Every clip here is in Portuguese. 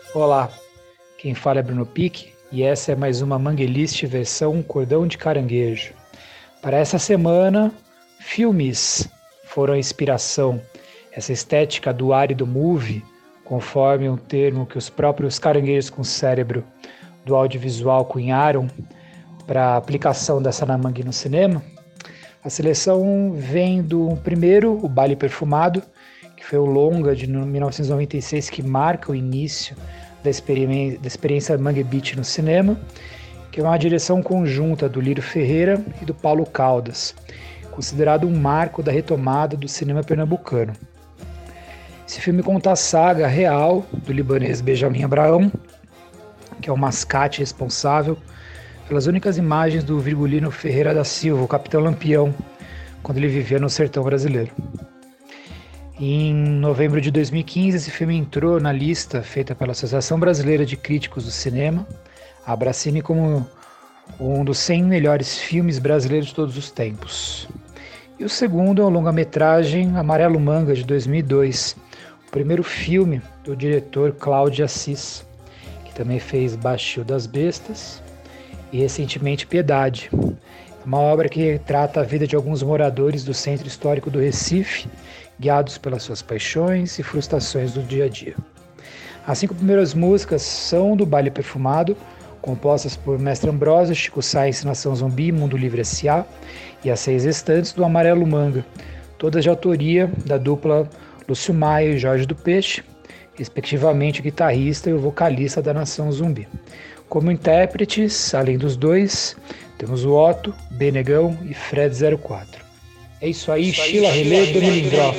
Olá, quem fala é Bruno Pique e essa é mais uma Manguelist versão cordão de caranguejo. Para essa semana, filmes foram a inspiração. Essa estética do árido movie, conforme um termo que os próprios caranguejos com cérebro do audiovisual cunharam para a aplicação dessa na mangue no cinema. A seleção vem do primeiro, O Baile Perfumado, que foi o longa de 1996 que marca o início da experiência Mangue Beat no cinema, que é uma direção conjunta do Lírio Ferreira e do Paulo Caldas, considerado um marco da retomada do cinema pernambucano. Esse filme conta a saga real do libanês Benjamin Abraão, que é o mascate responsável pelas únicas imagens do Virgulino Ferreira da Silva, o Capitão Lampião, quando ele vivia no sertão brasileiro. Em novembro de 2015, esse filme entrou na lista feita pela Associação Brasileira de Críticos do Cinema, a Abracine, como um dos 100 melhores filmes brasileiros de todos os tempos. E o segundo é o longa-metragem Amarelo Manga, de 2002, o primeiro filme do diretor Cláudio Assis, que também fez Baixio das Bestas e recentemente Piedade. É uma obra que trata a vida de alguns moradores do centro histórico do Recife, guiados pelas suas paixões e frustrações do dia a dia. As 5 primeiras músicas são do Baile Perfumado, compostas por Mestre Ambrósio, Chico Science, Nação Zumbi, Mundo Livre S.A., e as 6 restantes do Amarelo Manga, todas de autoria da dupla Lúcio Maia e Jorge do Peixe, respectivamente o guitarrista e o vocalista da Nação Zumbi. Como intérpretes, além dos dois, temos o Otto, Benegão e Fred 04. É isso aí, Sheila Relê do Melindró.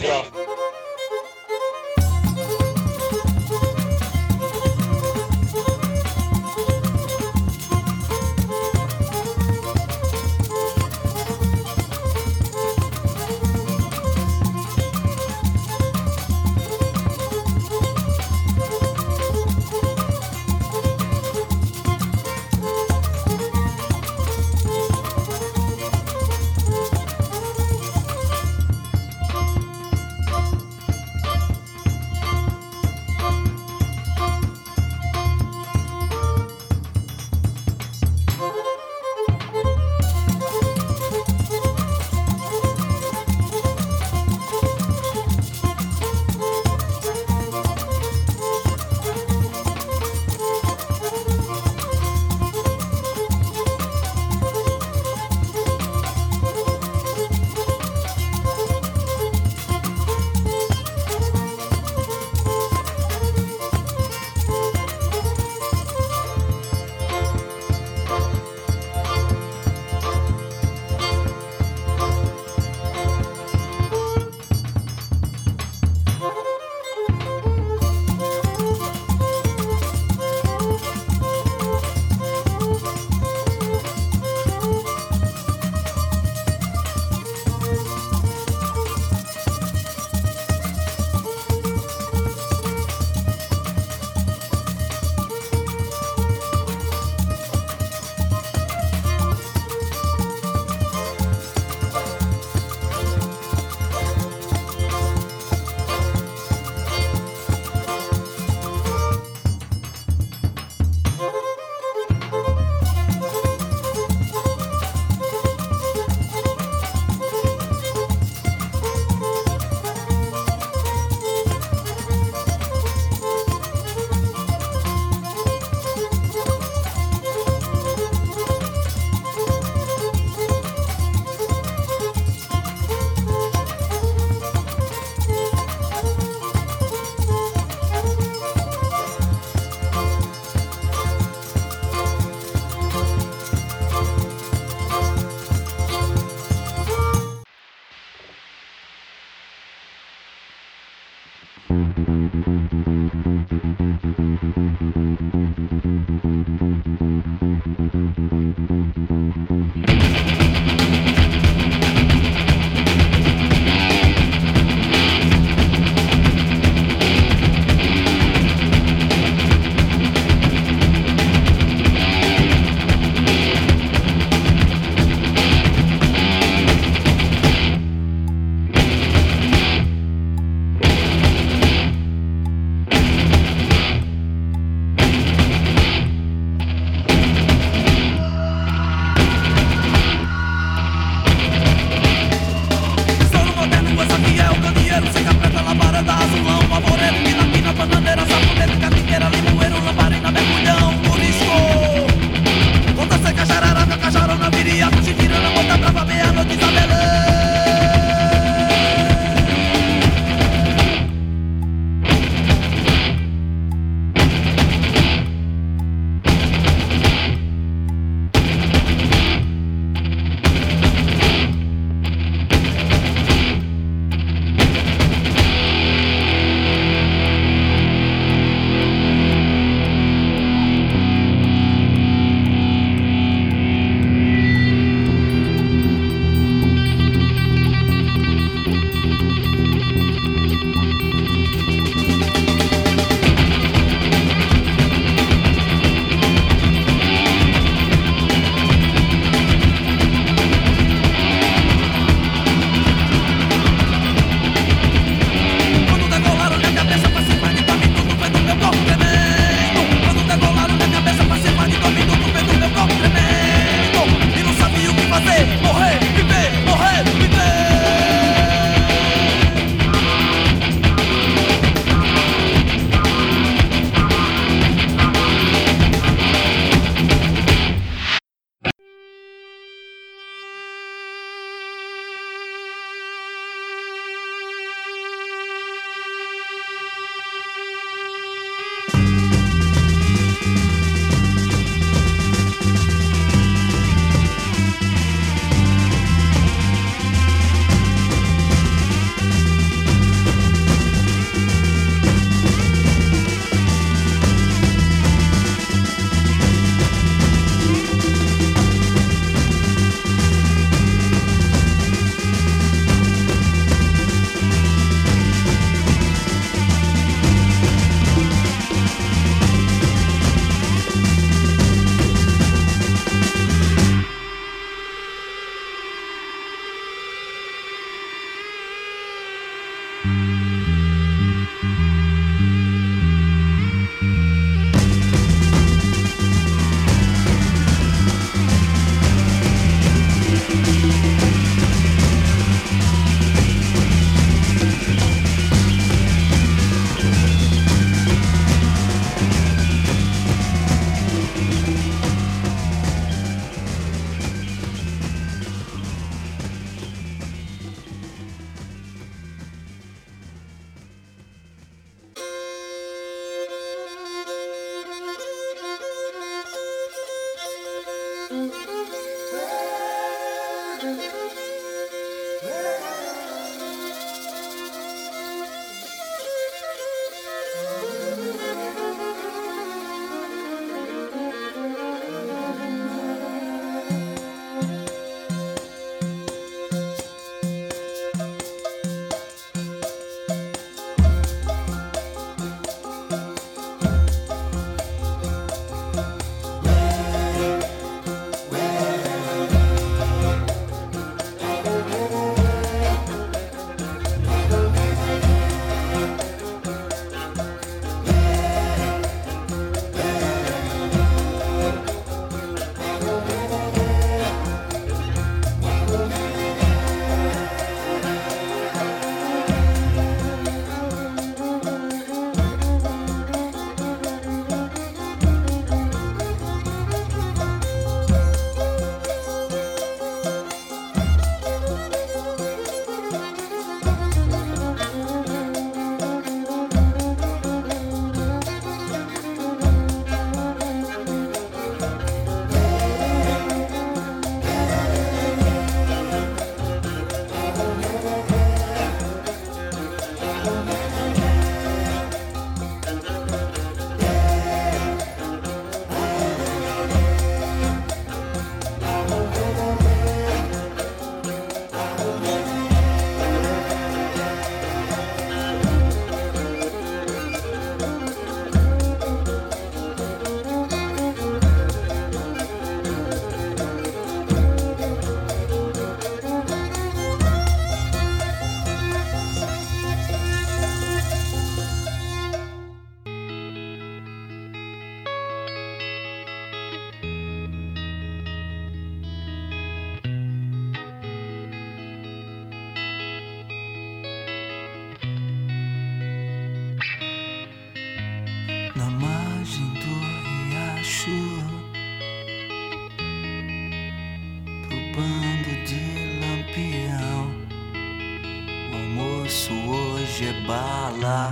bala.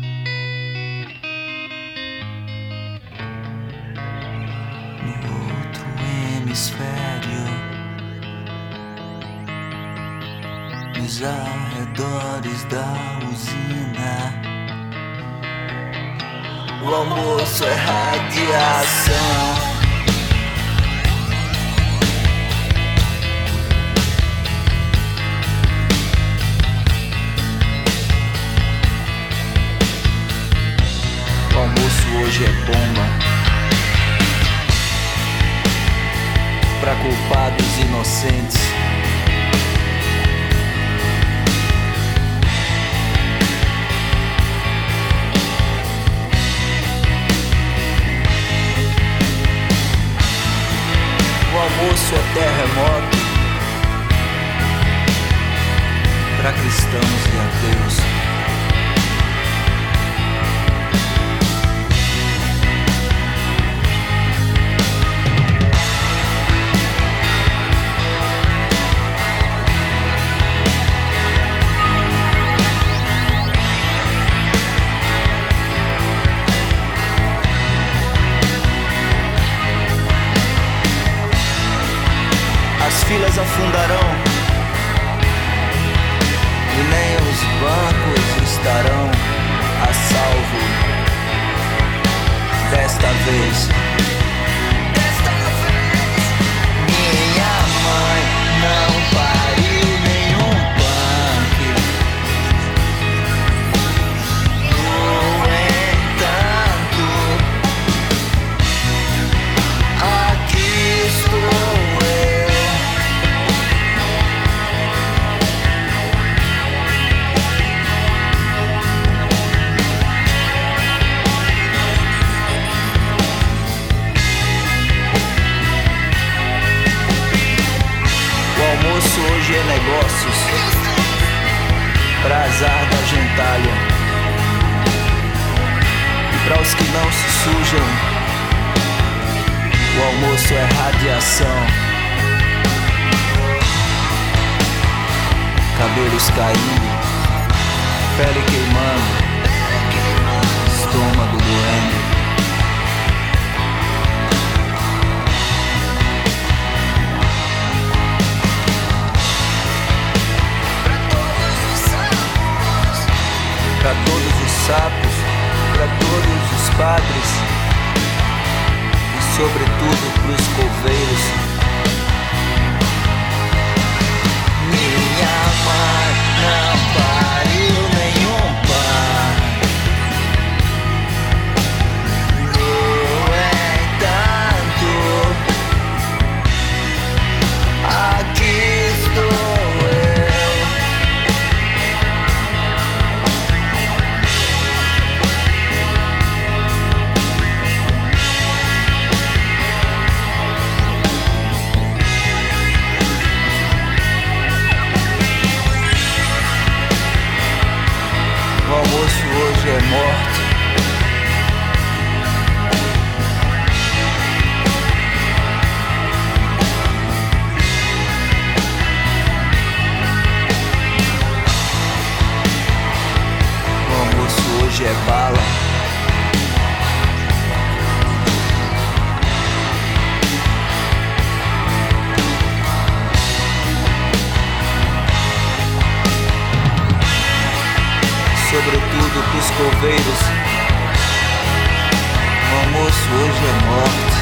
No outro hemisfério, nos arredores da usina, o almoço é radiação. O almoço hoje é bomba pra culpados inocentes. O almoço é terremoto pra cristãos e ateus. As filas afundarão e nem os bancos bazar da gentalha. E para os que não se sujam, o almoço é radiação. Cabelos caindo, pele queimando, estômago doendo. Pra todos os sapos, pra todos os padres e sobretudo pros coveiros. Minha mãe não pariu nenhum pai. No entanto, aqui estou. O almoço hoje é morte. O almoço hoje é bala. Sobretudo pros coveiros, o almoço hoje é morte.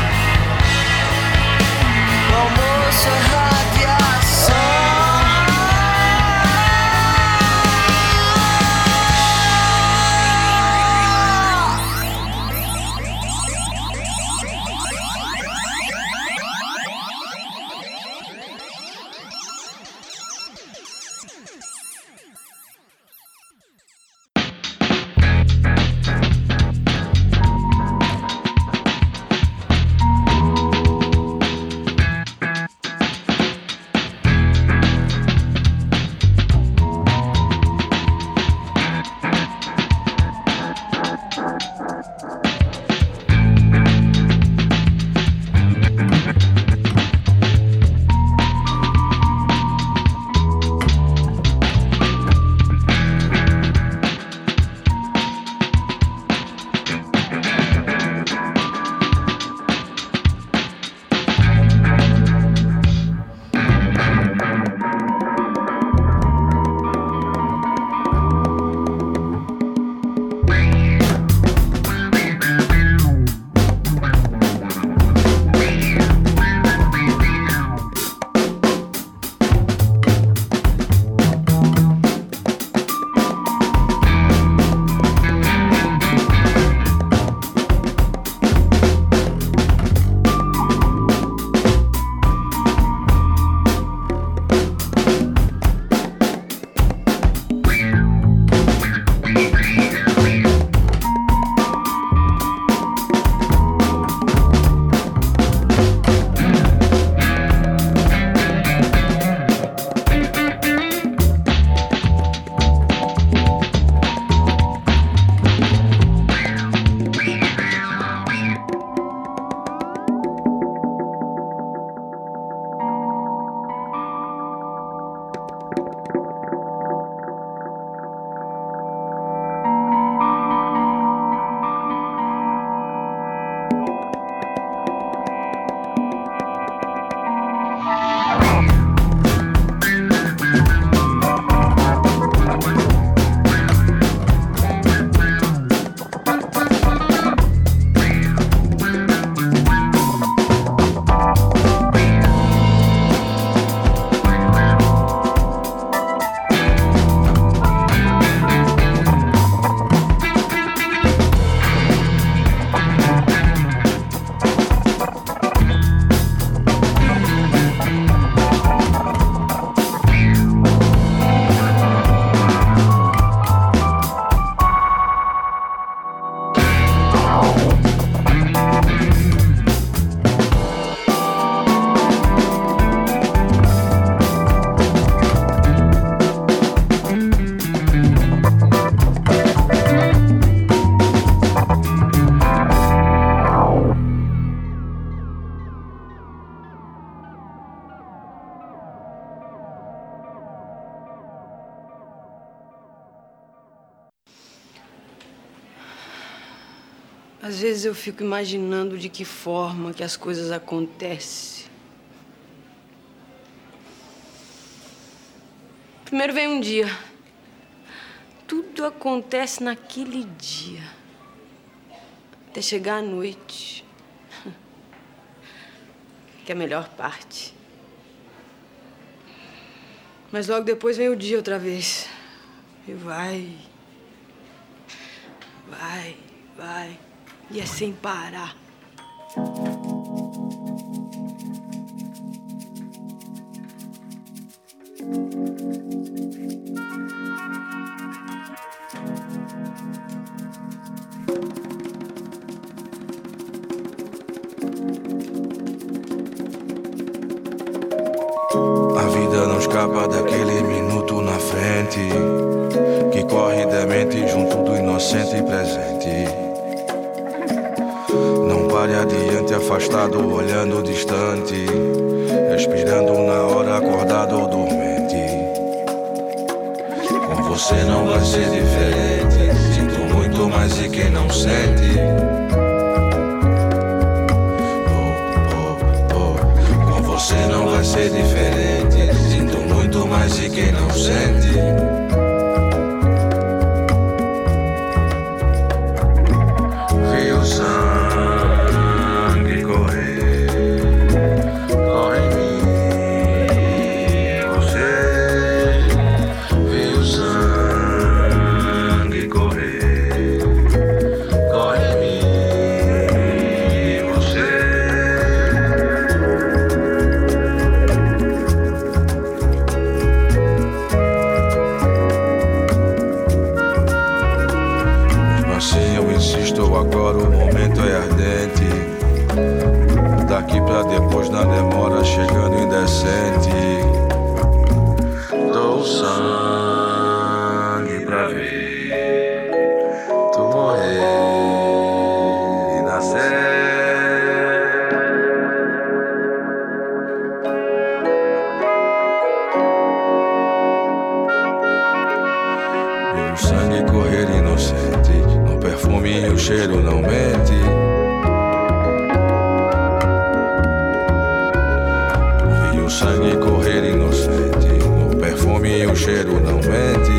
O almoço é radiação. Às vezes eu fico imaginando de que forma que as coisas acontecem. Primeiro vem um dia. Tudo acontece naquele dia. Até chegar à noite. Que é a melhor parte. Mas logo depois vem o dia outra vez. E vai. Vai, vai. E é sem parar. A vida não escapa daquele minuto na frente que corre demente junto do inocente presente. Não pare adiante, afastado, olhando distante, respirando na hora, acordado ou dormente. Com você não vai ser diferente. Sinto muito, mas e quem não sente? Com você não vai ser diferente. Sinto muito, mas e quem não sente? Vi o sangue correr, corre em mim, você. Vi o sangue correr, corre em mim, você. Assim eu insisto, agora o momento é ardente. Daqui pra depois na demora, chegando indecente. Dou sangue pra ver tu morrer e nascer. Vi o sangue correr inocente, no perfume e o cheiro não mente. Vi o sangue correr inocente, no perfume e o cheiro não mente.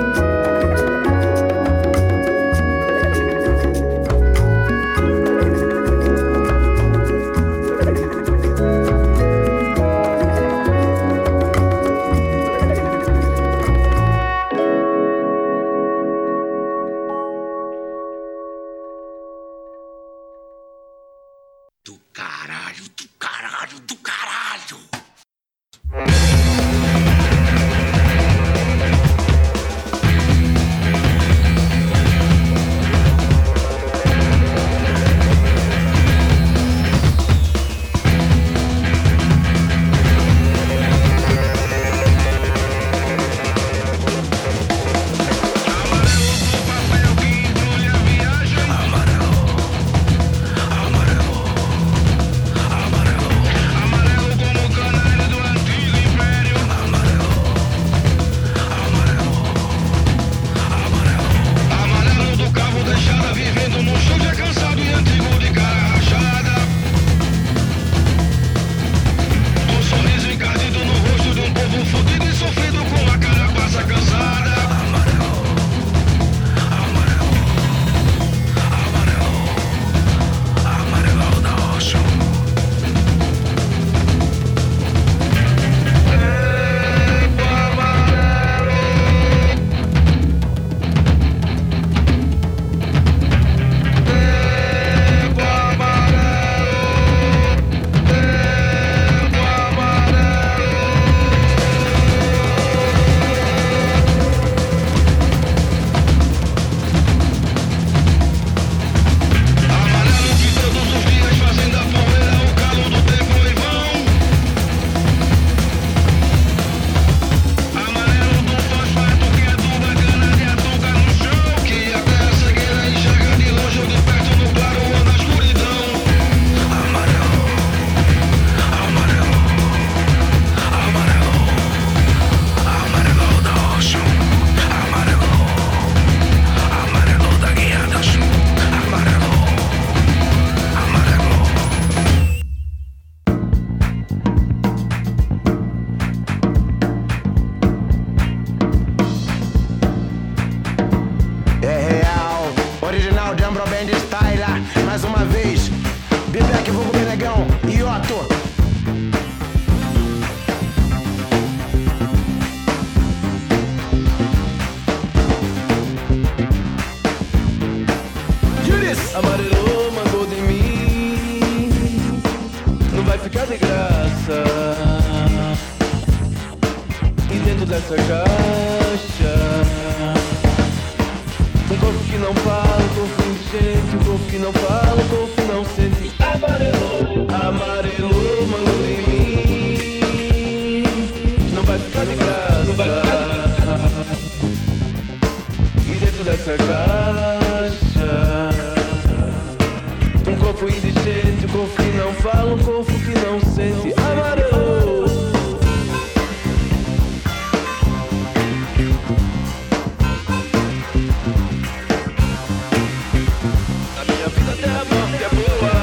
Do caralho, do caralho, do caralho! corpo que não fala, o corpo indigente, o corpo que não fala, o corpo que não sente. Amarelou, amarelou, mandou em mim. Não vai ficar de graça, não vai ficar de graça. E dentro dessa caixa, um corpo indigente, um corpo que não fala, um corpo que não sente. Amarelou. Na minha vida até a morte é boa.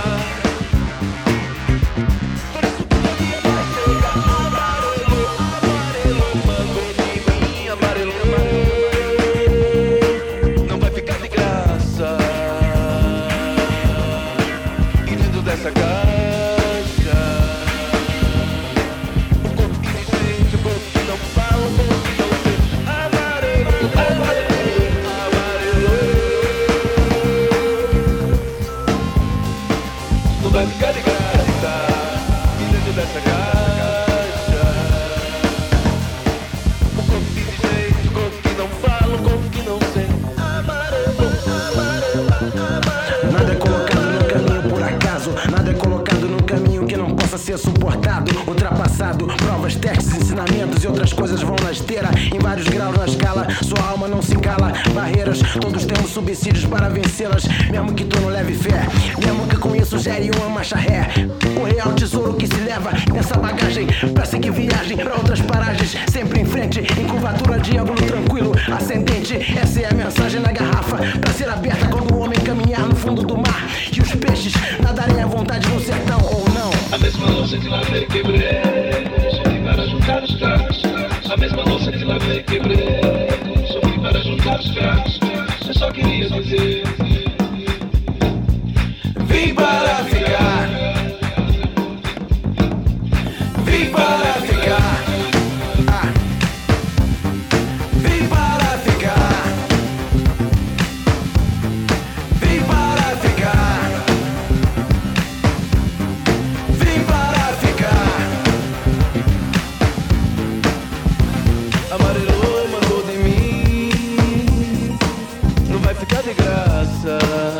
Por isso tudo aqui vai chegar. Amarelou, amarelou, mandou de mim. Amarelou, amarelou. Não vai ficar de graça. E dentro dessa caixa, o corpo que sente, o corpo que não fala, o corpo que não sente. Amarelou, amarelou, amarelou. Não vai ficar de graça. E dentro dessa caixa, o corpo que sente, o corpo que não fala, o corpo que não sente. Amarelou, amarelou, amarelou. Nada é colocado no caminho por acaso, nada é colocado no caminho que não possa ser suportado, ultrapassado. Provas, testes, ensinamentos e outras coisas vão na esteira, em vários graus na escala. Sua alma não se cala, barreiras, todos temos subsídios para vencê-las. Mesmo que tu não leve fé, mesmo que com isso gere uma marcha ré. O real tesouro que se leva nessa bagagem, pra seguir viagem pra outras paragens, sempre em frente, em curvatura de ângulo tranquilo, ascendente. Essa é a mensagem na garrafa, pra ser aberta quando o homem caminhar no fundo do mar e os peixes nadarem à vontade no sertão, ou não. A mesma louça que lavei quebrei, sofri para juntar os trapos. A mesma louça que lavei quebrei, sofri para juntar os trapos. Eu só queria dizer: Vim para ficar. Vim para ficar. Ah. Vim para ficar. Vim para ficar. Vim para ficar. Amarelou, mandou de mim. Não vai ficar de graça.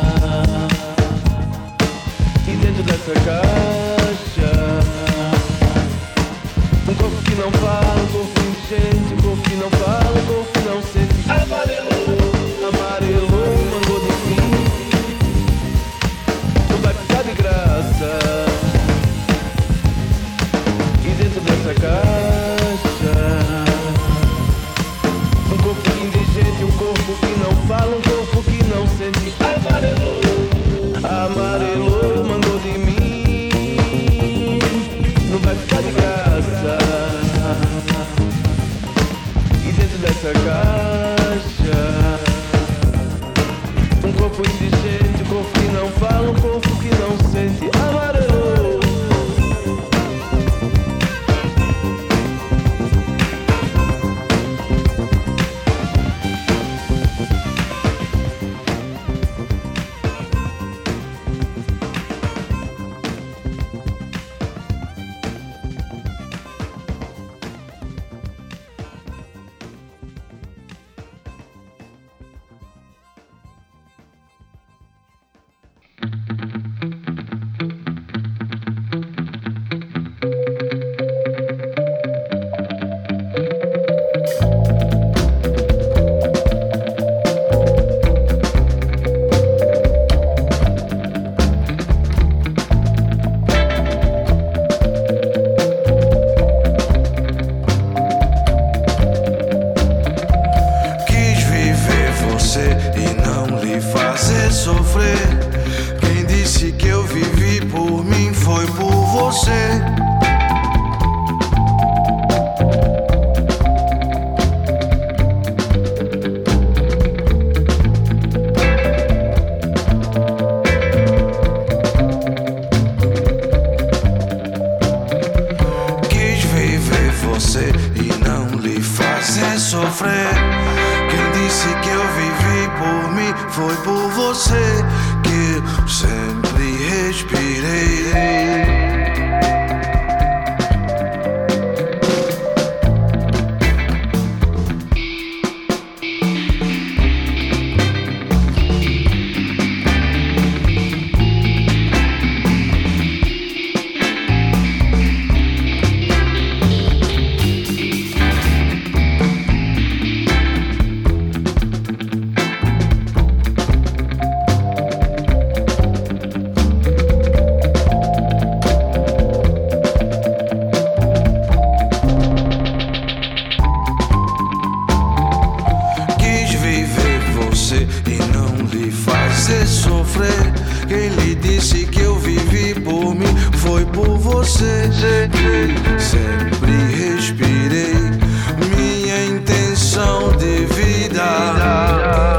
E dentro dessa caixa, um corpo que não fala, um corpo indigente, um corpo que não fala, um corpo que não sente. Amarelou, amarelou, mandou de mim. Não vai ficar de graça. E dentro dessa caixa, um corpo indigente, um corpo que não fala, um corpo que não sente. Amarelou, amarelou, mandou de mim. Não vai ficar de graça. E dentro dessa caixa, um corpo indigente, um corpo que não fala, um corpo que não sente. Amarelou. sofrer. Quem disse que eu vivi por mim foi por você que eu sempre respirei. você que sempre respirei. Minha intenção de vida.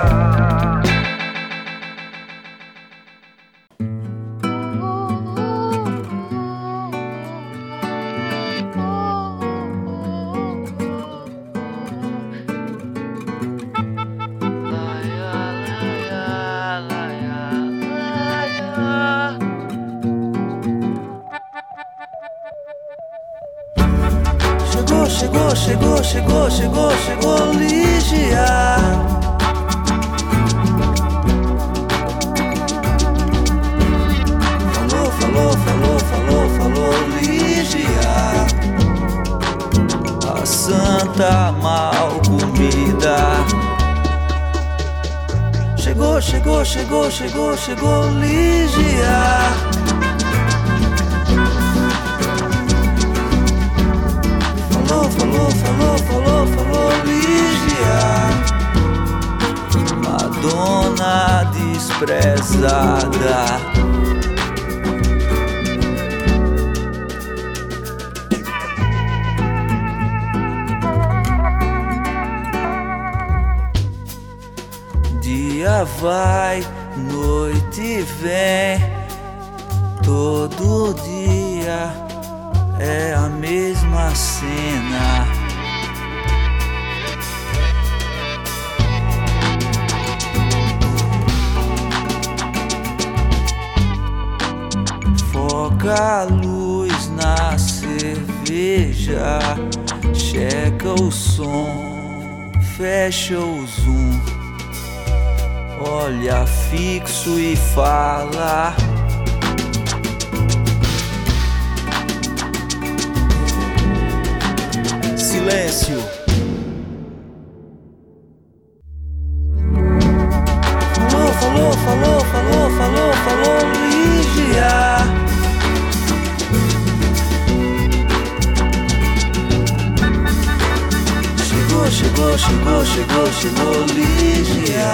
Chegou Lígia. Falou Lígia. A santa mal comida. Chegou Lígia. Falou Lígia. Madonna desprezada. Dia vai, noite vem, todo dia é a mesma cena. Foca a luz na cerveja, checa o som, fecha o zoom, olha fixo e fala. Silêncio. Falou Lígia. Chegou Lígia.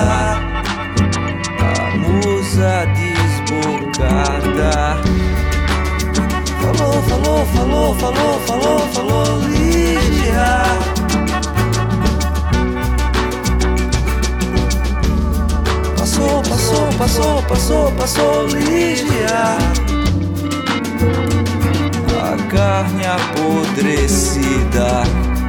A musa desbocada. Falou Lígia. Passou Lígia. A carne apodrecida.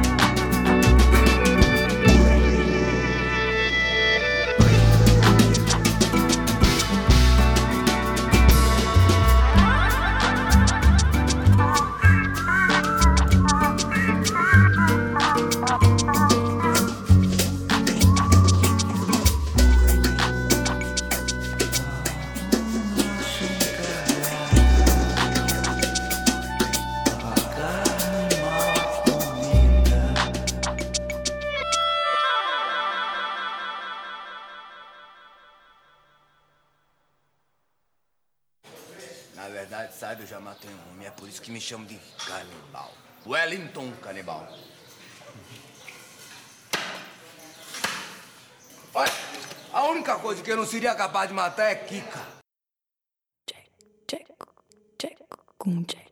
Na verdade, sabe, eu já matei um homem, é por isso que me chamam de canibal. Wellington Canibal. Olha, a única coisa que eu não seria capaz de matar é Kika. Check, com check.